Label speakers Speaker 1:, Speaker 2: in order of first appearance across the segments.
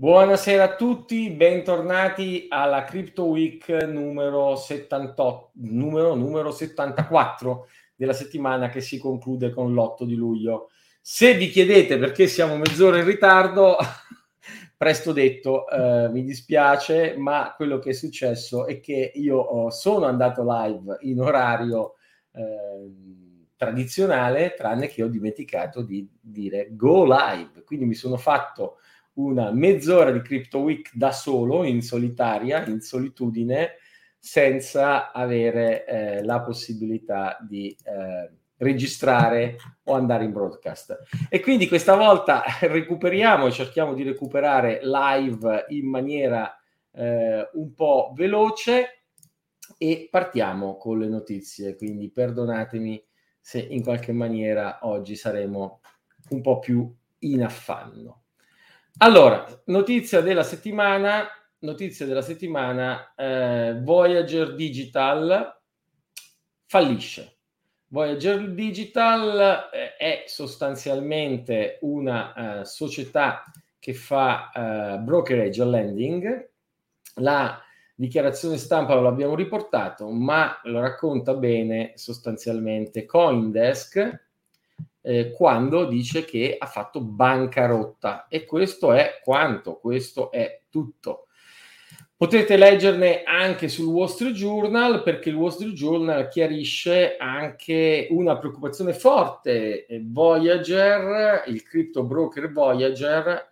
Speaker 1: Buonasera a tutti, bentornati alla Crypto Week numero 74 della settimana che si conclude con l'8 di luglio. Se vi chiedete perché siamo mezz'ora in ritardo, presto detto, mi dispiace, ma quello che è successo è che io sono andato live in orario tradizionale, tranne che ho dimenticato di dire go live, quindi mi sono fatto una mezz'ora di Crypto Week da solo, in solitaria, in solitudine, senza avere la possibilità di registrare o andare in broadcast. E quindi questa volta recuperiamo e cerchiamo di recuperare live in maniera un po' veloce e partiamo con le notizie. Quindi perdonatemi se in qualche maniera oggi saremo un po' più in affanno. Allora, notizia della settimana, Voyager Digital fallisce. Voyager Digital è sostanzialmente una società che fa brokerage e lending. La dichiarazione stampa lo abbiamo riportato, ma lo racconta bene sostanzialmente CoinDesk, quando dice che ha fatto bancarotta, e questo è quanto, questo è tutto. Potete leggerne anche sul Wall Street Journal, perché il Wall Street Journal chiarisce anche una preoccupazione forte. Voyager, il crypto broker Voyager,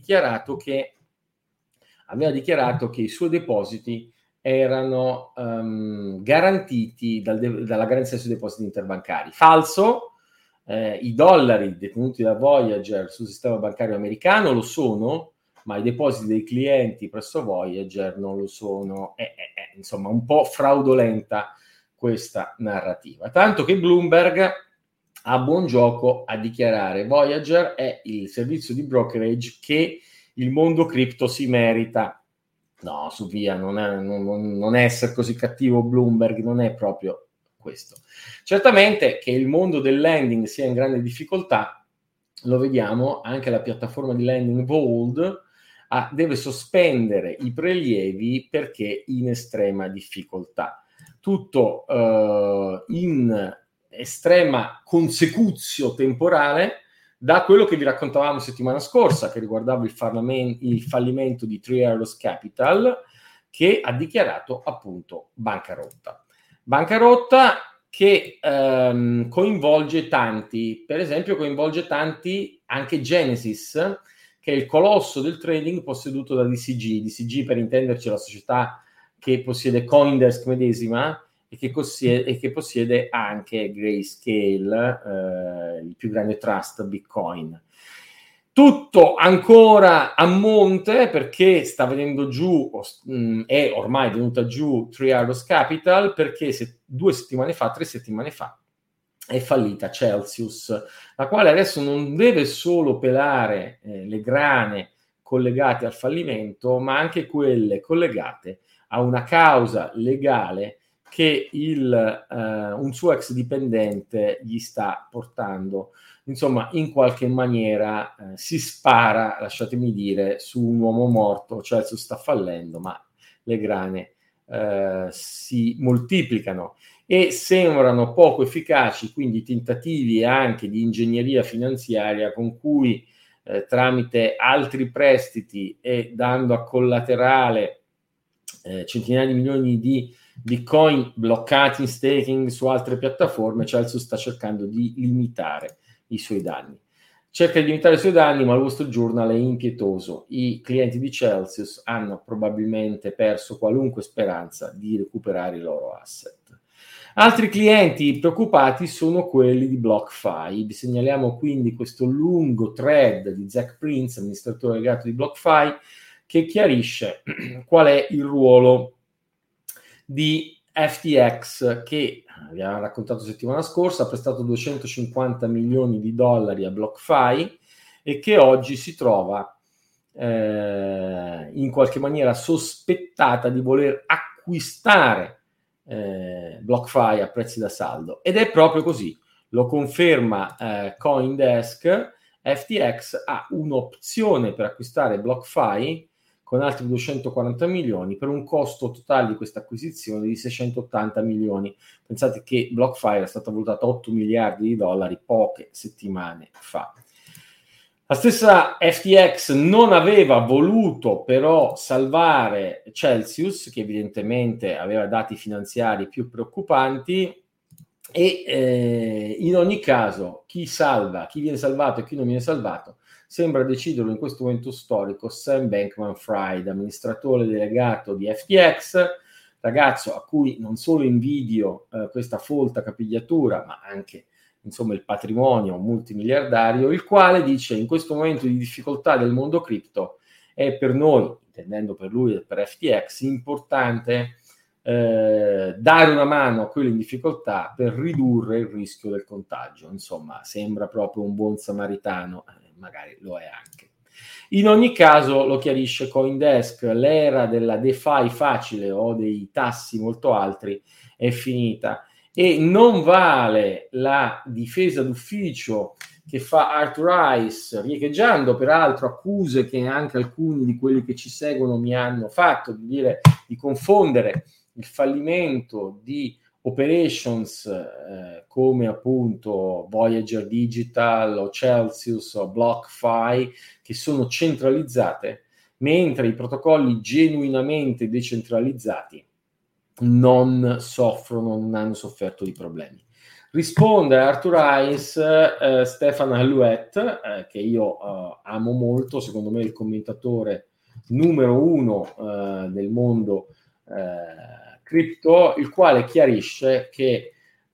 Speaker 1: aveva dichiarato che i suoi depositi erano garantiti dalla garanzia sui depositi interbancari. Falso. I dollari detenuti da Voyager sul sistema bancario americano lo sono, ma i depositi dei clienti presso Voyager non lo sono. Insomma, un po' fraudolenta questa narrativa. Tanto che Bloomberg ha buon gioco a dichiarare: Voyager è il servizio di brokerage che il mondo cripto si merita. No, su via, non è essere così cattivo Bloomberg, non è proprio questo. Certamente che il mondo del lending sia in grande difficoltà, lo vediamo, anche la piattaforma di lending Vold deve sospendere i prelievi perché in estrema difficoltà. Tutto in estrema consecuzio temporale da quello che vi raccontavamo settimana scorsa, che riguardava il fallimento di Three Arrows Capital, che ha dichiarato appunto bancarotta. Bancarotta che coinvolge tanti, per esempio coinvolge tanti anche Genesis, che è il colosso del trading posseduto da DCG, per intenderci la società che possiede CoinDesk medesima e che possiede anche Grayscale, il più grande trust Bitcoin. Tutto ancora a monte, perché sta venendo giù, è ormai venuta giù Three Arrows Capital, perché 3 settimane fa è fallita Celsius, la quale adesso non deve solo pelare le grane collegate al fallimento, ma anche quelle collegate a una causa legale che un suo ex dipendente gli sta portando. Insomma, in qualche maniera si spara, lasciatemi dire, su un uomo morto. Celsius sta fallendo, ma le grane si moltiplicano e sembrano poco efficaci, quindi tentativi anche di ingegneria finanziaria con cui tramite altri prestiti e dando a collaterale centinaia di milioni di Bitcoin bloccati in staking su altre piattaforme, Celsius sta cercando di limitare i suoi danni. Cerca di limitare i suoi danni, ma il Wall Street Journal è impietoso. I clienti di Celsius hanno probabilmente perso qualunque speranza di recuperare i loro asset. Altri clienti preoccupati sono quelli di BlockFi. Vi segnaliamo quindi questo lungo thread di Zach Prince, amministratore delegato di BlockFi, che chiarisce qual è il ruolo di FTX, che abbiamo raccontato settimana scorsa, ha prestato 250 milioni di dollari a BlockFi e che oggi si trova in qualche maniera sospettata di voler acquistare BlockFi a prezzi da saldo. Ed è proprio così, lo conferma CoinDesk. FTX ha un'opzione per acquistare BlockFi con altri 240 milioni per un costo totale di questa acquisizione di 680 milioni. Pensate che BlockFi era stata valutata 8 miliardi di dollari poche settimane fa. La stessa FTX non aveva voluto però salvare Celsius, che evidentemente aveva dati finanziari più preoccupanti, e in ogni caso chi salva, chi viene salvato e chi non viene salvato sembra deciderlo in questo momento storico Sam Bankman-Fried, amministratore delegato di FTX, ragazzo a cui non solo invidio questa folta capigliatura, ma anche insomma il patrimonio multimiliardario, il quale dice in questo momento di difficoltà del mondo cripto è per noi, intendendo per lui e per FTX, importante dare una mano a quelli in difficoltà per ridurre il rischio del contagio. Insomma, sembra proprio un buon samaritano, magari lo è anche. In ogni caso, lo chiarisce CoinDesk, l'era della DeFi facile o dei tassi molto alti è finita e non vale la difesa d'ufficio che fa Arthur Rice, riecheggiando peraltro accuse che anche alcuni di quelli che ci seguono mi hanno fatto, di confondere il fallimento di operations come appunto Voyager Digital o Celsius o BlockFi, che sono centralizzate, mentre i protocolli genuinamente decentralizzati non soffrono, non hanno sofferto di problemi. Risponde a Arthur Rice Stefan Allouet, che io amo molto, secondo me il commentatore numero uno del mondo cripto, il quale chiarisce che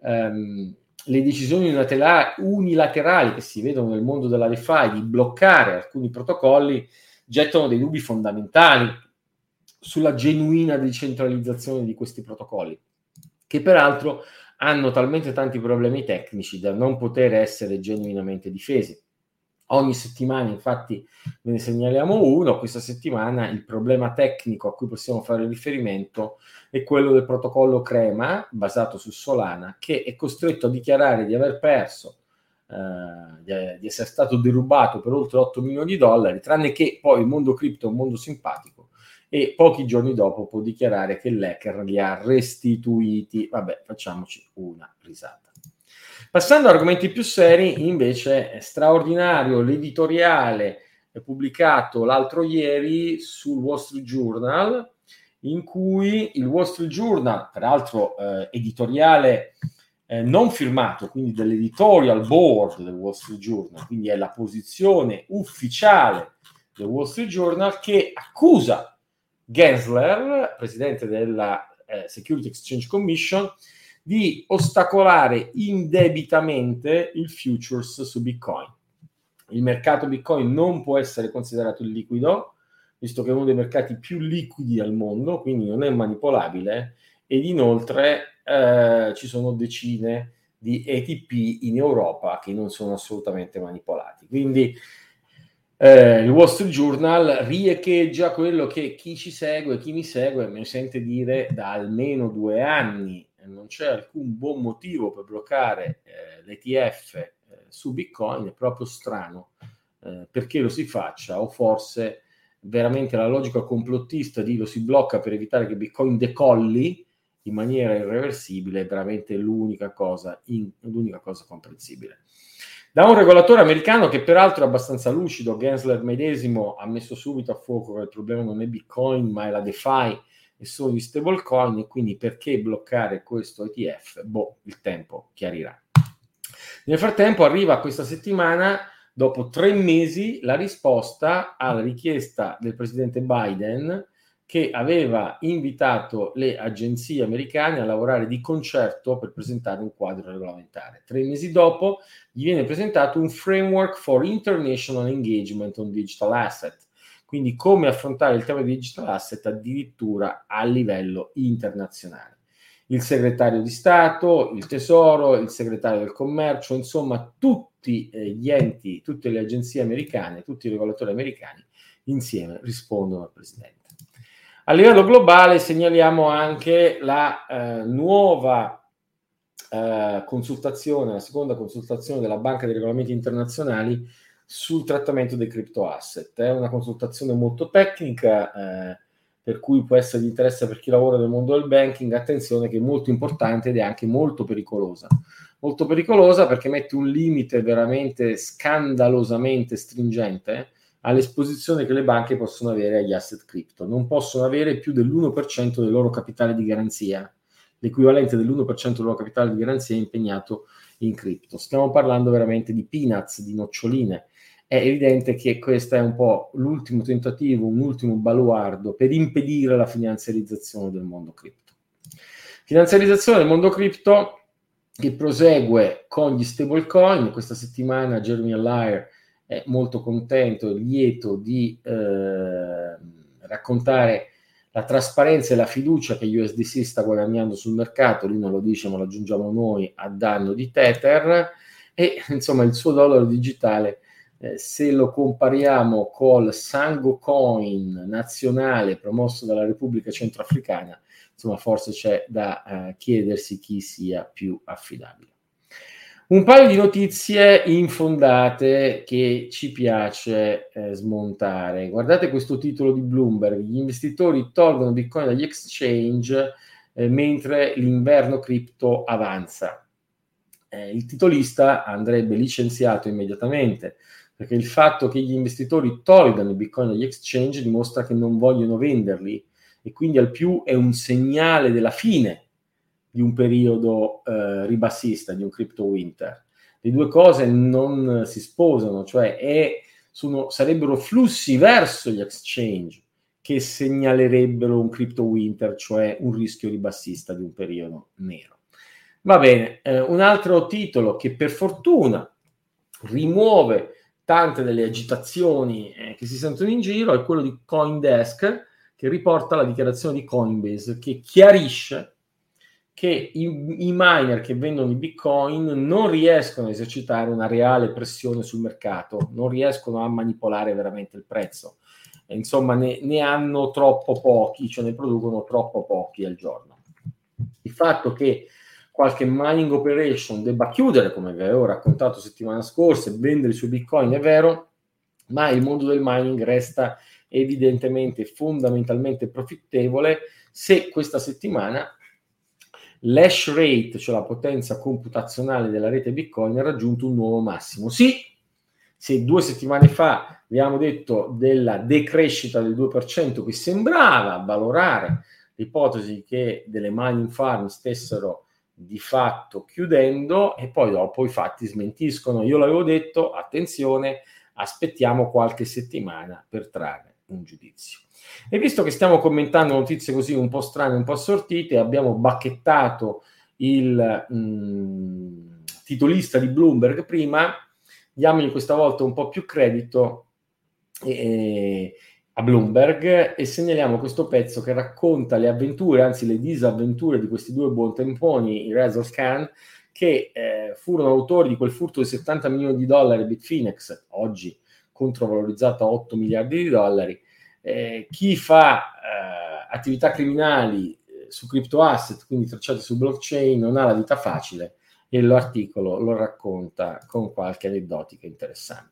Speaker 1: le decisioni unilaterali che si vedono nel mondo della DeFi di bloccare alcuni protocolli gettano dei dubbi fondamentali sulla genuina decentralizzazione di questi protocolli, che peraltro hanno talmente tanti problemi tecnici da non poter essere genuinamente difesi. Ogni settimana infatti ve ne segnaliamo uno. Questa settimana il problema tecnico a cui possiamo fare riferimento è quello del protocollo Crema basato su Solana, che è costretto a dichiarare di aver perso, di essere stato derubato per oltre 8 milioni di dollari, tranne che poi il mondo cripto è un mondo simpatico e pochi giorni dopo può dichiarare che l'hacker li ha restituiti. Vabbè, facciamoci una risata. Passando a argomenti più seri, invece, è straordinario l'editoriale pubblicato l'altro ieri sul Wall Street Journal, in cui il Wall Street Journal, peraltro editoriale non firmato, quindi dell'editorial board del Wall Street Journal, quindi è la posizione ufficiale del Wall Street Journal, che accusa Gensler, presidente della Security Exchange Commission, di ostacolare indebitamente il futures su Bitcoin. Il mercato Bitcoin non può essere considerato illiquido, visto che è uno dei mercati più liquidi al mondo, quindi non è manipolabile, ed inoltre ci sono decine di ETP in Europa che non sono assolutamente manipolati. Quindi il Wall Street Journal riecheggia quello che chi ci segue, chi mi segue, mi sente dire da almeno 2 anni. Non c'è alcun buon motivo per bloccare l'ETF su Bitcoin, è proprio strano perché lo si faccia, o forse veramente la logica complottista di lo si blocca per evitare che Bitcoin decolli in maniera irreversibile è veramente l'unica cosa comprensibile. Da un regolatore americano che peraltro è abbastanza lucido, Gensler medesimo ha messo subito a fuoco che il problema non è Bitcoin ma è la DeFi e sono gli stablecoin, e quindi perché bloccare questo ETF? Il tempo chiarirà. Nel frattempo arriva questa settimana, dopo 3 mesi, la risposta alla richiesta del presidente Biden, che aveva invitato le agenzie americane a lavorare di concerto per presentare un quadro regolamentare. 3 mesi dopo gli viene presentato un Framework for International Engagement on Digital Asset, quindi come affrontare il tema di digital asset addirittura a livello internazionale. Il segretario di Stato, il Tesoro, il segretario del Commercio, insomma tutti gli enti, tutte le agenzie americane, tutti i regolatori americani insieme rispondono al Presidente. A livello globale segnaliamo anche la nuova consultazione, la seconda consultazione della Banca dei Regolamenti Internazionali sul trattamento dei crypto asset. È una consultazione molto tecnica, per cui può essere di interesse per chi lavora nel mondo del banking. Attenzione che è molto importante ed è anche molto pericolosa. Molto pericolosa perché mette un limite veramente scandalosamente stringente all'esposizione che le banche possono avere agli asset cripto. Non possono avere più dell'1% del loro capitale di garanzia. L'equivalente dell'1% del loro capitale di garanzia è impegnato in cripto. Stiamo parlando veramente di peanuts, di noccioline. È evidente che questo è un po' l'ultimo tentativo, un ultimo baluardo per impedire la finanziarizzazione del mondo cripto. Finanziarizzazione del mondo cripto che prosegue con gli stablecoin. Questa settimana Jeremy Allaire è molto contento e lieto di raccontare la trasparenza e la fiducia che USDC sta guadagnando sul mercato. Lui non lo dice, ma lo aggiungiamo noi, a danno di Tether. E insomma il suo dollaro digitale, se lo compariamo col Sango Coin nazionale promosso dalla Repubblica Centroafricana, insomma forse c'è da chiedersi chi sia più affidabile. Un paio di notizie infondate che ci piace smontare. Guardate questo titolo di Bloomberg: gli investitori tolgono Bitcoin dagli exchange mentre l'inverno cripto avanza. Il titolista andrebbe licenziato immediatamente, perché il fatto che gli investitori tolgano i Bitcoin dagli exchange dimostra che non vogliono venderli, e quindi al più è un segnale della fine di un periodo ribassista, di un crypto winter. Le due cose non si sposano, cioè sarebbero flussi verso gli exchange che segnalerebbero un crypto winter, cioè un rischio ribassista di un periodo nero. Va bene, un altro titolo che per fortuna rimuove tante delle agitazioni che si sentono in giro è quello di CoinDesk, che riporta la dichiarazione di Coinbase, che chiarisce che i miner che vendono i Bitcoin non riescono a esercitare una reale pressione sul mercato, non riescono a manipolare veramente il prezzo. Insomma, ne hanno troppo pochi, cioè ne producono troppo pochi al giorno. Il fatto che qualche mining operation debba chiudere, come vi avevo raccontato settimana scorsa, e vendere i suoi Bitcoin è vero, ma il mondo del mining resta evidentemente fondamentalmente profittevole se questa settimana l'hash rate, cioè la potenza computazionale della rete Bitcoin, ha raggiunto un nuovo massimo. Sì, se 2 settimane fa abbiamo detto della decrescita del 2% che sembrava valorare l'ipotesi che delle mining farm stessero di fatto chiudendo, e poi dopo i fatti smentiscono. Io l'avevo detto, attenzione, aspettiamo qualche settimana per trarre un giudizio. E visto che stiamo commentando notizie così un po' strane, un po' assortite, abbiamo bacchettato il titolista di Bloomberg prima, diamogli questa volta un po' più credito a Bloomberg e segnaliamo questo pezzo che racconta le avventure, anzi le disavventure di questi due buontemponi, i Razor Khan, che furono autori di quel furto di $70 milioni Bitfinex, oggi controvalorizzato a $8 miliardi. Chi fa attività criminali su crypto asset, quindi tracciati su blockchain, non ha la vita facile, e l'articolo lo racconta con qualche aneddotica interessante.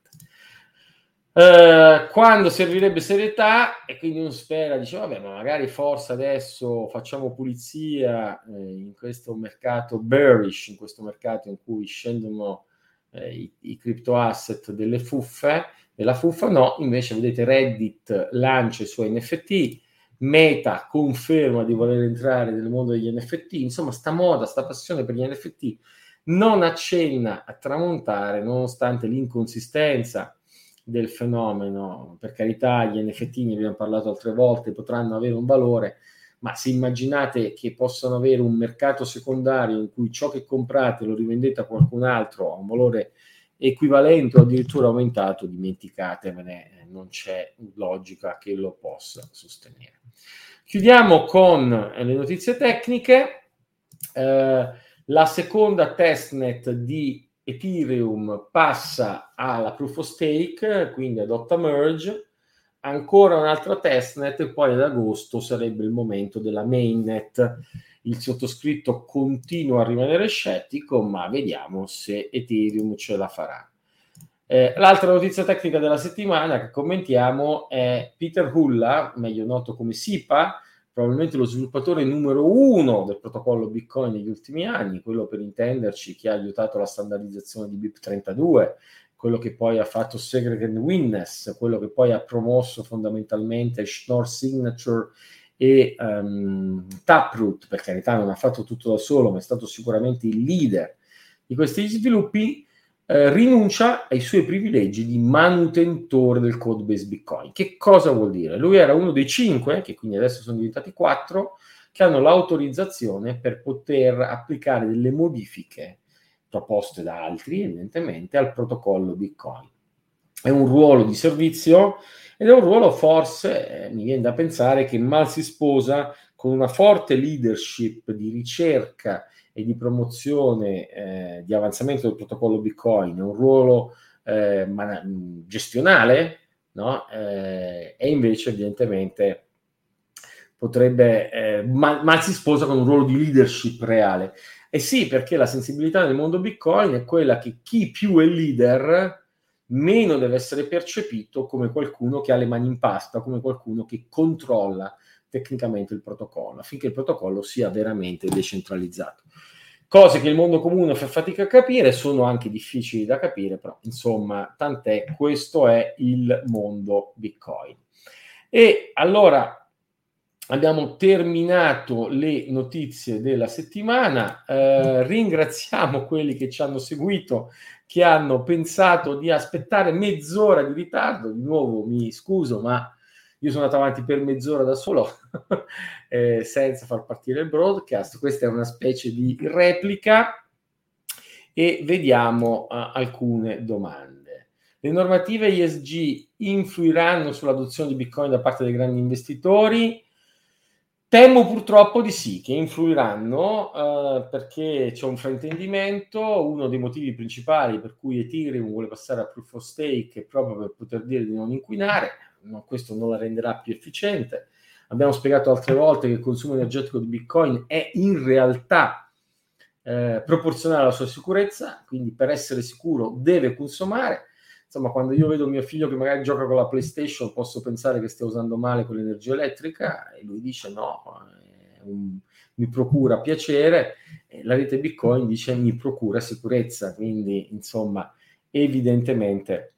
Speaker 1: Quando servirebbe serietà, e quindi uno spera, dice vabbè, ma magari forse adesso facciamo pulizia in questo mercato bearish, in questo mercato in cui scendono i crypto asset della fuffa. No, invece vedete Reddit lancia i suoi NFT, Meta conferma di voler entrare nel mondo degli NFT, insomma sta passione per gli NFT non accenna a tramontare, nonostante l'inconsistenza del fenomeno. Per carità, gli NFT, ne abbiamo parlato altre volte, potranno avere un valore, ma se immaginate che possano avere un mercato secondario in cui ciò che comprate lo rivendete a qualcun altro a un valore equivalente o addirittura aumentato, dimenticatevene, non c'è logica che lo possa sostenere. Chiudiamo con le notizie tecniche. La seconda testnet di Ethereum passa alla proof of stake, quindi adotta merge. Ancora un'altra testnet e poi ad agosto sarebbe il momento della mainnet. Il sottoscritto continua a rimanere scettico, ma vediamo se Ethereum ce la farà. L'altra notizia tecnica della settimana che commentiamo è Peter Hulla, meglio noto come SIPA, probabilmente lo sviluppatore numero 1 del protocollo Bitcoin negli ultimi anni, quello per intenderci che ha aiutato la standardizzazione di BIP32, quello che poi ha fatto Segregate Witness, quello che poi ha promosso fondamentalmente Schnorr Signature e Taproot, per carità non ha fatto tutto da solo, ma è stato sicuramente il leader di questi sviluppi, rinuncia ai suoi privilegi di manutentore del codebase Bitcoin. Che cosa vuol dire? Lui era uno dei 5, che quindi adesso sono diventati 4, che hanno l'autorizzazione per poter applicare delle modifiche proposte da altri, evidentemente, al protocollo Bitcoin. È un ruolo di servizio ed è un ruolo forse, mi viene da pensare, che mal si sposa con una forte leadership di ricerca e di promozione di avanzamento del protocollo Bitcoin, è un ruolo gestionale, no? E invece evidentemente potrebbe, ma si sposa con un ruolo di leadership reale. E sì, perché la sensibilità nel mondo Bitcoin è quella che chi più è leader, meno deve essere percepito come qualcuno che ha le mani in pasta, come qualcuno che controlla tecnicamente il protocollo, affinché il protocollo sia veramente decentralizzato. Cose che il mondo comune fa fatica a capire, sono anche difficili da capire, però insomma, tant'è, questo è il mondo Bitcoin. E allora abbiamo terminato le notizie della settimana, ringraziamo quelli che ci hanno seguito, che hanno pensato di aspettare mezz'ora di ritardo. Di nuovo mi scuso, ma io sono andato avanti per mezz'ora da solo senza far partire il broadcast. Questa è una specie di replica e vediamo alcune domande. Le normative ESG influiranno sull'adozione di Bitcoin da parte dei grandi investitori? Temo purtroppo di sì, che influiranno perché c'è un fraintendimento. Uno dei motivi principali per cui Ethereum vuole passare a Proof of Stake è proprio per poter dire di non inquinare, ma questo non la renderà più efficiente. Abbiamo spiegato altre volte che il consumo energetico di Bitcoin è in realtà proporzionale alla sua sicurezza, quindi per essere sicuro deve consumare. Insomma, quando io vedo mio figlio che magari gioca con la PlayStation, posso pensare che stia usando male con l'energia elettrica, e lui dice no, mi procura piacere, e la rete Bitcoin dice mi procura sicurezza, quindi insomma evidentemente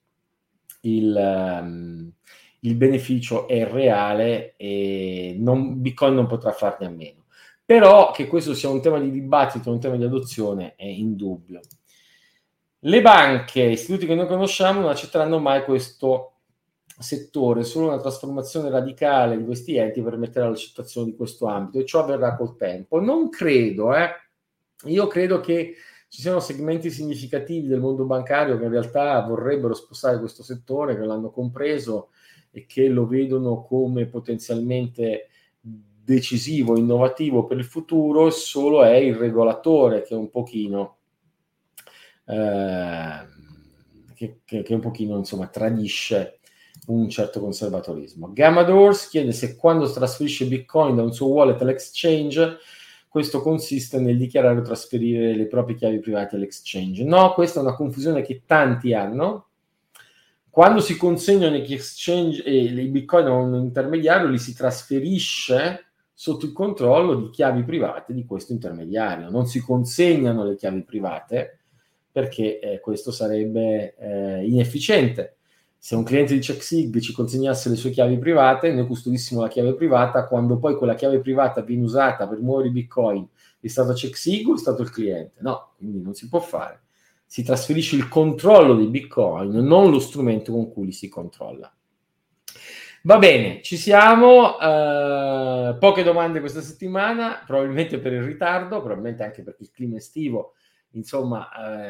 Speaker 1: il beneficio è reale e Bitcoin non potrà farne a meno. Però che questo sia un tema di dibattito, un tema di adozione è indubbio. Le banche, istituti che noi conosciamo, non accetteranno mai questo settore, solo una trasformazione radicale di questi enti permetterà l'accettazione di questo ambito, e ciò avverrà col tempo. Non credo, io credo che ci siano segmenti significativi del mondo bancario che in realtà vorrebbero spostare questo settore, che l'hanno compreso e che lo vedono come potenzialmente decisivo, innovativo per il futuro. Solo è il regolatore che un pochino che un pochino insomma tradisce un certo conservatorismo. Gamma Doors chiede se quando trasferisce Bitcoin da un suo wallet all'exchange questo consiste nel dichiarare o trasferire le proprie chiavi private all'exchange. No, questa è una confusione che tanti hanno. Quando si consegnano gli exchange e i Bitcoin a un intermediario, li si trasferisce sotto il controllo di chiavi private di questo intermediario. Non si consegnano le chiavi private perché questo sarebbe inefficiente. Se un cliente di CheckSig ci consegnasse le sue chiavi private, noi custodissimo la chiave privata, quando poi quella chiave privata viene usata per muovere i Bitcoin, è stato CheckSig o è stato il cliente? No, quindi non si può fare. Si trasferisce il controllo dei Bitcoin, non lo strumento con cui li si controlla. Va bene, ci siamo. Poche domande questa settimana, probabilmente per il ritardo, probabilmente anche perché il clima estivo, insomma,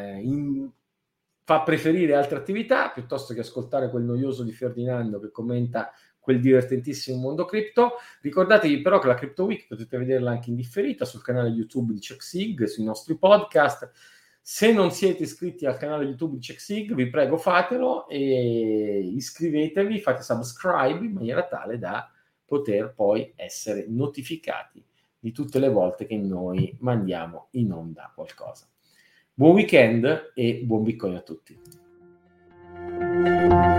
Speaker 1: fa preferire altre attività piuttosto che ascoltare quel noioso di Ferdinando che commenta quel divertentissimo mondo cripto. Ricordatevi però che la Crypto Week potete vederla anche in differita sul canale YouTube di CheckSig, sui nostri podcast. Se non siete iscritti al canale YouTube di CheckSig, vi prego fatelo e iscrivetevi, fate subscribe in maniera tale da poter poi essere notificati di tutte le volte che noi mandiamo in onda qualcosa. Buon weekend e buon Bitcoin a tutti.
Speaker 2: Ciao.